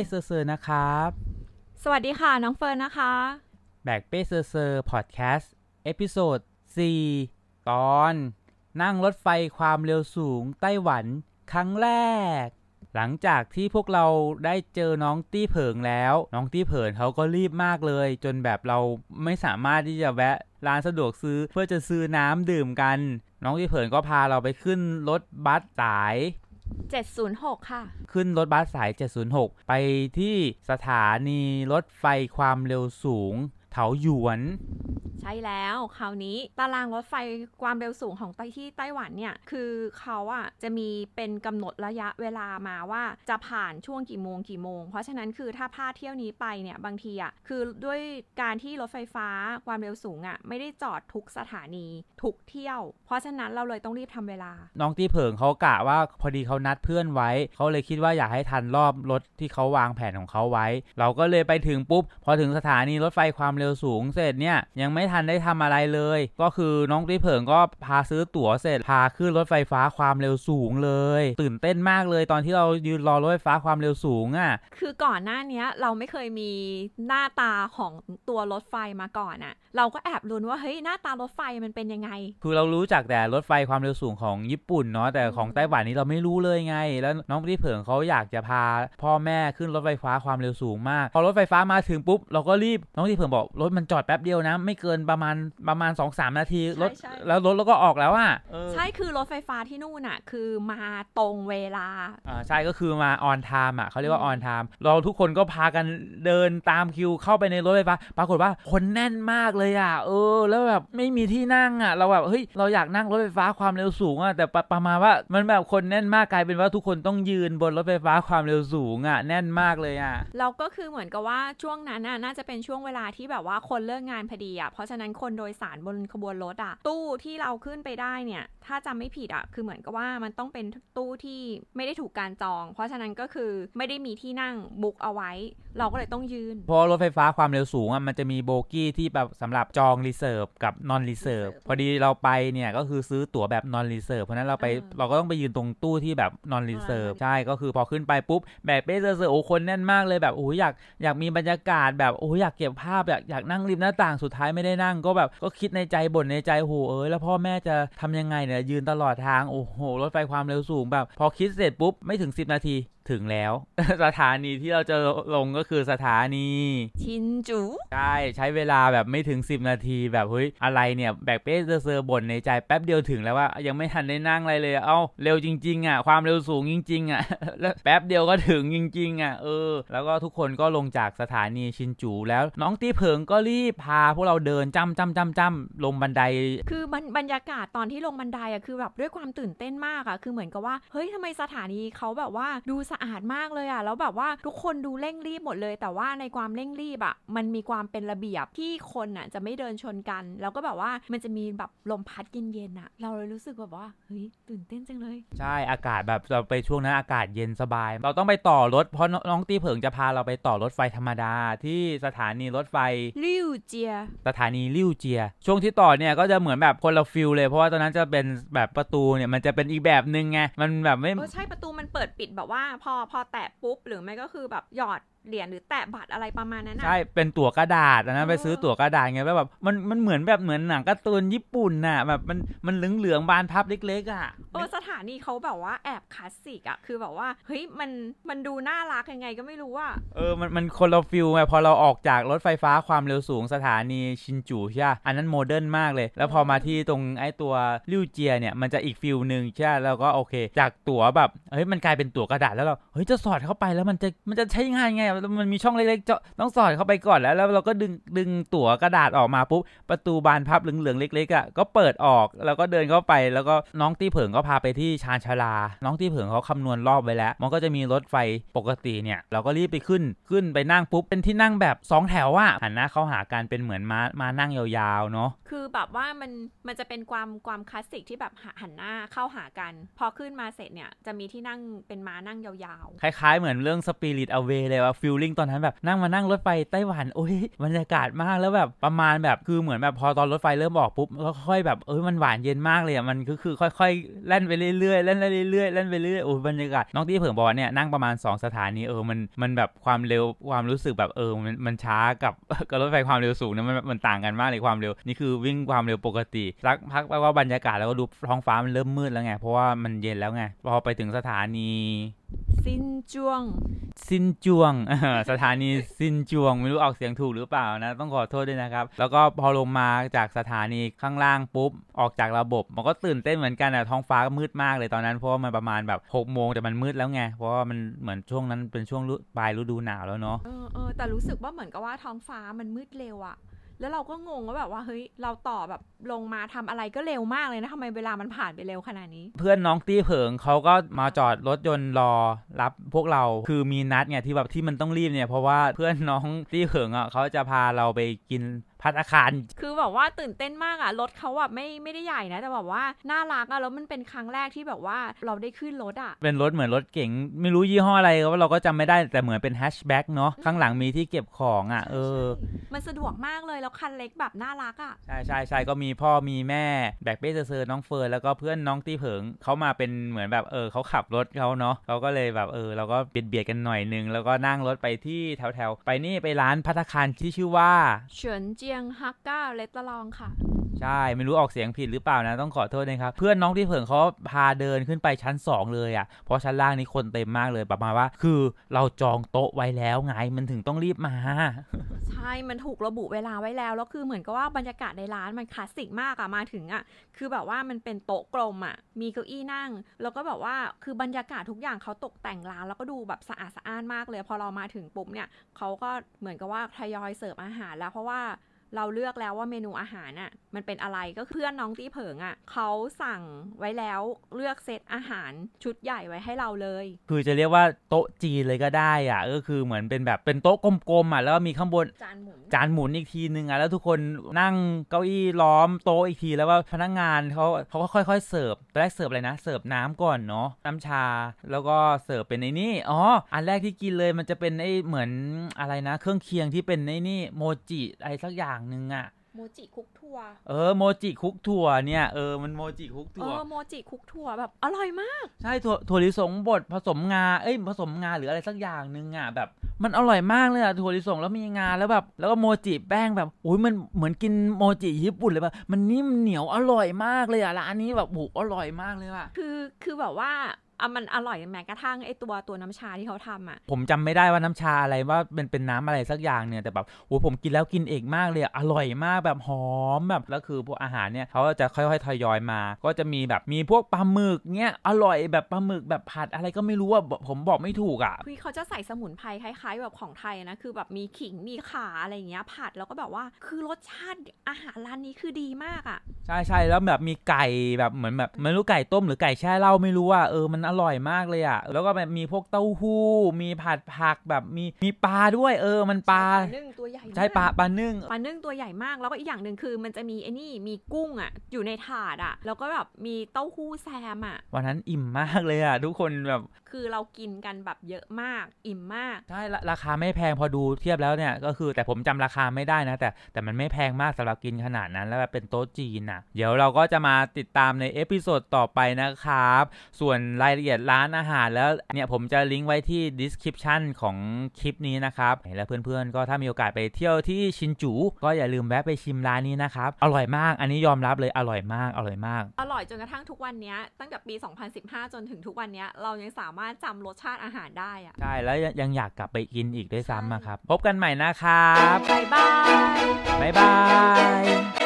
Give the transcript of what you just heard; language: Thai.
เซอร์นะครับสวัสดีค่ะน้องเฟิร์นนะคะแบกเป้เซอร์พอดแคสต์เอพิโซด4ตอนนั่งรถไฟความเร็วสูงไต้หวันครั้งแรกหลังจากที่พวกเราได้เจอน้องตี้เผิงแล้วน้องตี้เผิงเขาก็รีบมากเลยจนแบบเราไม่สามารถที่จะแวะร้านสะดวกซื้อเพื่อจะซื้อน้ำดื่มกันน้องตี้เผิงก็พาเราไปขึ้นรถบัสสาย 706ค่ะขึ้นรถบัสสาย706ไปที่สถานีรถไฟความเร็วสูงเถาหยวนใช่แล้วคราวนี้ตารางรถไฟความเร็วสูงของที่ไต้หวันเนี่ยคือเขาอ่ะจะมีเป็นกำหนดระยะเวลามาว่าจะผ่านช่วงกี่โมงเพราะฉะนั้นคือถ้าพลาดเที่ยวนี้ไปเนี่ยบางทีอ่ะคือด้วยการที่รถไฟฟ้าความเร็วสูงอ่ะไม่ได้จอดทุกสถานีทุกเที่ยวเพราะฉะนั้นเราเลยต้องรีบทำเวลาน้องตี้เผิงเขากะว่าพอดีเขานัดเพื่อนไว้เขาเลยคิดว่าอยากให้ทันรอบรถที่เขาวางแผนของเขาไว้เราก็เลยไปถึงปุ๊บพอถึงสถานีรถไฟความเร็วสูงเสร็จเนี่ยยังไม่ทันได้ทำอะไรเลยก็คือน้องตี้เผิงก็พาซื้อตั๋วเสร็จพาขึ้นรถไฟฟ้าความเร็วสูงเลยตื่นเต้นมากเลยตอนที่เรายืนรอรถไฟฟ้าความเร็วสูงอ่ะคือก่อนหน้านี้เราไม่เคยมีหน้าตาของตัวรถไฟมาก่อนอ่ะเราก็แอบลุ้นว่าเฮ้ยหน้าตารถไฟมันเป็นยังไงคือเรารู้จักแต่รถไฟความเร็วสูงของญี่ปุ่นเนาะแต่ของไต้หวันนี่เราไม่รู้เลยไงแล้วน้องตี้เผิงเขาอยากจะพาพ่อแม่ขึ้นรถไฟฟ้าความเร็วสูงมากพอรถไฟฟ้ามาถึงปุ๊บเราก็รีบน้องตี้เผิงบอกรถมันจอดแป๊บเดียวนะไม่เกินประมาณ 2-3 นาทีรถแล้วรถแล้วก็ออกแล้วอ่ะใช่คือรถไฟฟ้าที่นู่นน่ะคือมาตรงเวลาใช่ก็คือมาออนไทม์อ่ะเขาเรียกว่าออนไทม์เราทุกคนก็พากันเดินตามคิวเข้าไปในรถไฟฟ้าปรากฏว่าคนแน่นมากเลยอ่ะแล้วแบบไม่มีที่นั่งอ่ะเราแบบเฮ้ยเราอยากนั่งรถไฟฟ้าความเร็วสูงอ่ะแต่ประมาณว่ามันแบบคนแน่นมากกลายเป็นว่าทุกคนต้องยืนบนรถไฟฟ้าความเร็วสูงอ่ะแน่นมากเลยอ่ะเราก็คือเหมือนกับว่าช่วงนั้นน่าจะเป็นช่วงเวลาที่แบบว่าคนเลิกงานพอดีอ่ะเพราะฉะนั้นคนโดยสารบนขบวนรถอ่ะตู้ที่เราขึ้นไปได้เนี่ยถ้าจำไม่ผิดอ่ะคือเหมือนกับว่ามันต้องเป็นตู้ที่ไม่ได้ถูกการจองเพราะฉะนั้นก็คือไม่ได้มีที่นั่งบุ๊กเอาไว้เราก็เลยต้องยืนเพราะรถไฟฟ้าความเร็วสูงอ่ะมันจะมีโบกี้ที่แบบสำหรับจองรีเซิร์ฟกับนอนรีเซิร์ฟพอดีเราไปเนี่ยก็คือซื้อตั๋วแบบนอนรีเซิร์ฟเพราะนั้นเราก็ต้องไปยืนตรงตู้ที่แบบนอนรีเซิร์ฟใช่ก็คือพอขึ้นไปปุ๊บแบกเป้เซอร์โอ้คนแน่นมากเลยแบบโอ้อยากมีบรรยากาศแบบโอ้อยากเก็บภาพอยากนั่งริมหน้าต่างสุดท้ายไม่ได้นั่งก็แบบก็คิดในใจบ่นในใจโหแล้วพ่อแม่จะทำยังไงเนี่ยยืนตลอดทางโอ้โหรถไฟความเร็วสูงแบบพอคิดเสร็จปุ๊บไม่ถึง10 นาทีถึงแล้ว สถานีที่เราจะลงก็คือสถานีชินจูใช้เวลาแบบไม่ถึง10 นาทีแบบเฮ้ยอะไรเนี่ยแบกเป้เซอร์บ่นในใจแป๊บเดียวถึงแล้วว่ายังไม่ทันได้นั่งอะไรเลยเร็วจริงๆอ่ะความเร็วสูงจริงๆอ่ะ แล้วแป๊บเดียวก็ถึงจริงๆอ่ะแล้วก็ทุกคนก็ลงจากสถานีชินจูแล้วน้องตี้เผิงก็รีบพาพวกเราเดินจ้ำลงบันไดคือบรรยากาศตอนที่ลงบันไดอ่ะคือแบบด้วยความตื่นเต้นมากอ่ะคือเหมือนกับว่าเฮ้ยทำไมสถานีเขาแบบว่าดูสะอาดมากเลยอ่ะแล้วแบบว่าทุกคนดูเร่งรีบหมดเลยแต่ว่าในความเร่งรีบอ่ะมันมีความเป็นระเบียบที่คนอ่ะจะไม่เดินชนกันแล้วก็แบบว่ามันจะมีแบบลมพัดเย็นๆอ่ะเราเลยรู้สึกแบบว่าเฮ้ยตื่นเต้นจังเลยใช่อากาศแบบเราไปช่วงนั้นอากาศเย็นสบายเราต้องไปต่อรถเพราะน้องตี้เผิงจะพาเราไปต่อรถไฟธรรมดาที่สถานีรถไฟลิ่วเจียสถานีลิ่วเจียช่วงที่ต่อเนี่ยก็จะเหมือนแบบคนละฟิลเลยเพราะว่าตอนนั้นจะเป็นแบบประตูเนี่ยมันจะเป็นอีกแบบนึงไงมันแบบไม่ใช่ประตูมันเปิดปิดแบบว่าพอแตะปุ๊บหรือไม่ก็คือแบบหยอดเหรียญหรือแตะบัตรอะไรประมาณนั้นใช่เป็นตั๋วกระดาษนะไปซื้อตั๋วกระดาษไงแบบมันเหมือนหนังการ์ตูนญี่ปุ่นน่ะแบบมันเหลืองบานพับเล็กๆอ่ะสถานีเขาแบบว่าแอบคลาสสิกอ่ะคือแบบว่าเฮ้ยมันดูน่ารักยังไงก็ไม่รู้อ่ะมันคนละฟิลไงพอเราออกจากรถไฟฟ้าความเร็วสูงสถานีชินจูใช่อันนั้นโมเดิร์นมากเลยแล้วพอมาที่ตรงไอ้ตัวลิ่วเจียเนี่ยมันจะอีกฟิลนึงใช่แล้วก็โอเคจากตั๋วแบบเฮ้ยมันกลายเป็นตั๋วกระดาษแล้วเราเฮ้ยจะสอดเข้าไปแล้วมันจะใช้งานไงมันมีช่องเล็กๆต้องสอดเข้าไปก่อนแล้วเราก็ดึงตั๋วกระดาษออกมาปุ๊บประตูบานพับเหลืองๆเล็กๆอ่ะก็เปิดออกแล้วก็เดินเข้าไปแล้วก็น้องตี้เผิงก็พาไปที่ชานชาลาน้องตี้เผิงเขาคำนวณรอบไว้แล้วมันก็จะมีรถไฟปกติเนี่ยเราก็รีบไปขึ้นไปนั่งปุ๊บเป็นที่นั่งแบบ2แถวอ่ะหันหน้าเข้าหากันเป็นเหมือนมานั่งยาวๆเนาะคือแบบว่ามันจะเป็นความคลาสสิกที่แบบหันหน้าเข้าหากันพอขึ้นมาเสร็จเนี่ยจะมีที่นั่งเป็นม้านั่งยาวๆคล้ายๆเหมือนเรื่อง Spirit Away เลยว่าฟีลลิ่งตอนนั้นแบบนั่งรถไฟไต้หวันโอ้ยบรรยากาศมากแล้วแบบประมาณแบบคือเหมือนแบบพอตอนรถไฟเริ่มออกปุ๊บก็ค่อยแบบมันหวานเย็นมากเลยมันคือค่อยๆแล่นไปเรื่อยๆแล่นไปเรื่อยๆแล่นไปเรื่อยๆโอ้บรรยากาศน้องตี้เผิงบอกเนี่ยนั่งประมาณ2สถานีมันแบบความเร็วความรู้สึกแบบมันช้ากับรถไฟความเร็วสูงนะมันต่างกันมากเลยความเร็วนี่คือวิ่งความเร็วปกติสักพักแล้วก็บรรยากาศแล้วก็ดูท้องฟ้ามันเริ่มมืดแล้วไงเพราะว่ามันเย็นแล้วไงพอไปถึงสถานีซินจวงสถานีซินจวงไม่รู้ออกเสียงถูกหรือเปล่านะต้องขอโทษด้วยนะครับแล้วก็พอลงมาจากสถานีข้างล่างปุ๊บออกจากระบบมันก็ตื่นเต้นเหมือนกันท้องฟ้ามืดมากเลยตอนนั้นเพราะว่ามันประมาณแบบ6 โมงแต่มันมืดแล้วไงเพราะว่ามันเหมือนช่วงนั้นเป็นช่วงปลายฤดูหนาวแล้วเนาะแต่รู้สึกว่าเหมือนกับว่าท้องฟ้ามันมืดเร็วอะแล้วเราก็งงว่าแบบว่าเฮ้ยเราต่อแบบลงมาทำอะไรก็เร็วมากเลยนะทำไมเวลามันผ่านไปเร็วขนาดนี้เพื่อนน้องตี้เผิงเขาก็มาจอดรถยนต์รอรับพวกเราคือมีนัดไงที่แบบที่มันต้องรีบเนี่ยเพราะว่าเพื่อนน้องตี้เผิงอ่ะเขาจะพาเราไปกินภัตตาคารคือแบบว่าตื่นเต้นมากอ่ะรถเขาอ่ะไม่ได้ใหญ่นะแต่แบบว่าน่ารักอ่ะแล้วมันเป็นครั้งแรกที่แบบว่าเราได้ขึ้นรถอ่ะเป็นรถเหมือนรถเก๋งไม่รู้ยี่ห้ออะไรเราก็จำไม่ได้แต่เหมือนเป็นแฮชแบ็กเนาะข้างหลังมีที่เก็บของอ่ะมันสะดวกมากเลยแล้วคันเล็กแบบน่ารักอ่ะใช่ก็มีพ่อมีแม่แบกเป้เซอร์น้องเฟิร์นแล้วก็เพื่อนน้องตี้เผิงเขามาเป็นเหมือนแบบเขาขับรถเขาเนาะเขาก็เลยแบบเราก็เบียดกันหน่อยนึงแล้วก็นั่งรถไปที่แถวไปนี่ไปร้านภัตตาคารที่ชื่อว่าเฉินเจียงฮักก้าเรสตอรองค่ะใช่ไม่รู้ออกเสียงผิดหรือเปล่านะต้องขอโทษนะครับเพื่อนน้องที่เผิงเขาพาเดินขึ้นไปชั้น2เลยอ่ะเพราะชั้นล่างนี้คนเต็มมากเลยประมาณว่าคือเราจองโต๊ะไว้แล้วไงมันถึงต้องรีบมาใช่มันถูกระบุเวลาไว้แล้วแล้วคือเหมือนกับว่าบรรยากาศในร้านมันคลาสสิกมากอะมาถึงอะคือแบบว่ามันเป็นโต๊ะกลมอะมีเก้าอี้นั่งแล้วก็แบบว่าคือบรรยากาศทุกอย่างเขาตกแต่งร้านแล้วก็ดูแบบสะอาดสะอ้านมากเลยพอเรามาถึงปุ๊บเนี่ยเขาก็เหมือนกับว่าทยอยเสิร์ฟอาหารแล้วเพราะว่าเราเลือกแล้วว่าเมนูอาหารน่ะมันเป็นอะไรก็เพื่อนน้องตี้เผิงอ่ะเขาสั่งไว้แล้วเลือกเซตอาหารชุดใหญ่ไว้ให้เราเลยคือจะเรียกว่าโต๊ะจีนเลยก็ได้อ่ะก็คือเหมือนเป็นแบบเป็นโต๊ะกลมๆอ่ะแล้วมีข้างบนจานหมุนอีกทีนึงอ่ะแล้วทุกคนนั่งเก้าอี้ล้อมโต๊ะอีกทีแล้วว่าพนักงานเขาก็ค่อยๆเสิร์ฟตอนแรกเสิร์ฟอะไรนะเสิร์ฟน้ำก่อนเนาะน้ำชาแล้วก็เสิร์ฟเป็นไอ้นี่อันแรกที่กินเลยมันจะเป็นไอ้เหมือนอะไรนะเครื่องเคียงที่เป็นไอ้นี่โมจิอะไรสักอย่างนึงอ่ะโมจิคุกถั่วโมจิคุกถั่วเนี่ยมันโมจิคุกถั่วโมจิคุกถั่วแบบอร่อยมากใช่ถั่วลิสงบดผสมงาผสมงาหรืออะไรสักอย่างนึงอ่ะแบบมันอร่อยมากเลยอ่ะถั่วลิสงแล้วมีงาแล้วแบบแล้วก็โมจิแป้งแบบโอ้ยมันเหมือนกินโมจิญี่ปุ่นเลยแบบมันนิ่มเหนียวอร่อยมากเลยอ่ะร้านนี้แบบโหอร่อยมากเลยว่ะคือแบบว่ามันอร่อยแม้กระทั่งไอตัวน้ำชาที่เขาทำอ่ะผมจำไม่ได้ว่าน้ำชาอะไรว่าเป็นน้ำอะไรสักอย่างเนี่ยแต่แบบโอ้ผมกินแล้วกินเอกมากเลยอร่อยมากแบบหอมแบบแล้วคือพวกอาหารเนี่ยเขาจะค่อยๆทยอยมาก็จะมีแบบมีพวกปลาหมึกเนี่ยอร่อยแบบปลาหมึกแบบผัดอะไรก็ไม่รู้ว่าผมบอกไม่ถูกอ่ะคือเขาจะใส่สมุนไพรคล้ายๆแบบของไทยนะคือแบบมีขิงมีข่าอะไรอย่างเงี้ยผัดแล้วก็แบบว่าคือรสชาติอาหารร้านนี้คือดีมากอ่ะใช่แล้วแบบมีไก่แบบเหมือนแบบไม่รู้ไก่ต้มหรือไก่แช่เหล้าไม่รู้ว่ามันอร่อยมากเลยอ่ะแล้วก็แบบมีพวกเต้าหู้มีผัดผักแบบมีปลาด้วยมันปลานึ่งตัวใหญ่ใช่ปลานึ่งตัวใหญ่มากแล้วก็อีกอย่างนึงคือมันจะมีไอ้นี่มีกุ้งอ่ะอยู่ในถาดอ่ะแล้วก็แบบมีเต้าหู้แซมอ่ะวันนั้นอิ่มมากเลยอ่ะทุกคนแบบคือเรากินกันแบบเยอะมากอิ่มมากใช่ราคาไม่แพงพอดูเทียบแล้วเนี่ยก็คือแต่ผมจำราคาไม่ได้นะแต่มันไม่แพงมากสำหรับกินขนาดนั้นแล้วแบบเป็นโต๊ะจีนนะเดี๋ยวเราก็จะมาติดตามในเอพิโซดต่อไปนะครับส่วนรายละเอียดร้านอาหารแล้วเนี่ยผมจะลิงก์ไว้ที่ description ของคลิปนี้นะครับแล้วเพื่อนๆก็ถ้ามีโอกาสไปเที่ยวที่ชินจูก็อย่าลืมแวะไปชิมร้านนี้นะครับอร่อยมากอันนี้ยอมรับเลยอร่อยมากอร่อยจนกระทั่งทุกวันนี้ตั้งแต่ปี 2015 จนถึงทุกวันนี้เรายังสามารถจำรสชาติอาหารได้อะใช่แล้วยังอยากกลับไปกินอีกด้วยซ้ำครับพบกันใหม่นะครับบ๊ายบายบ๊ายบาย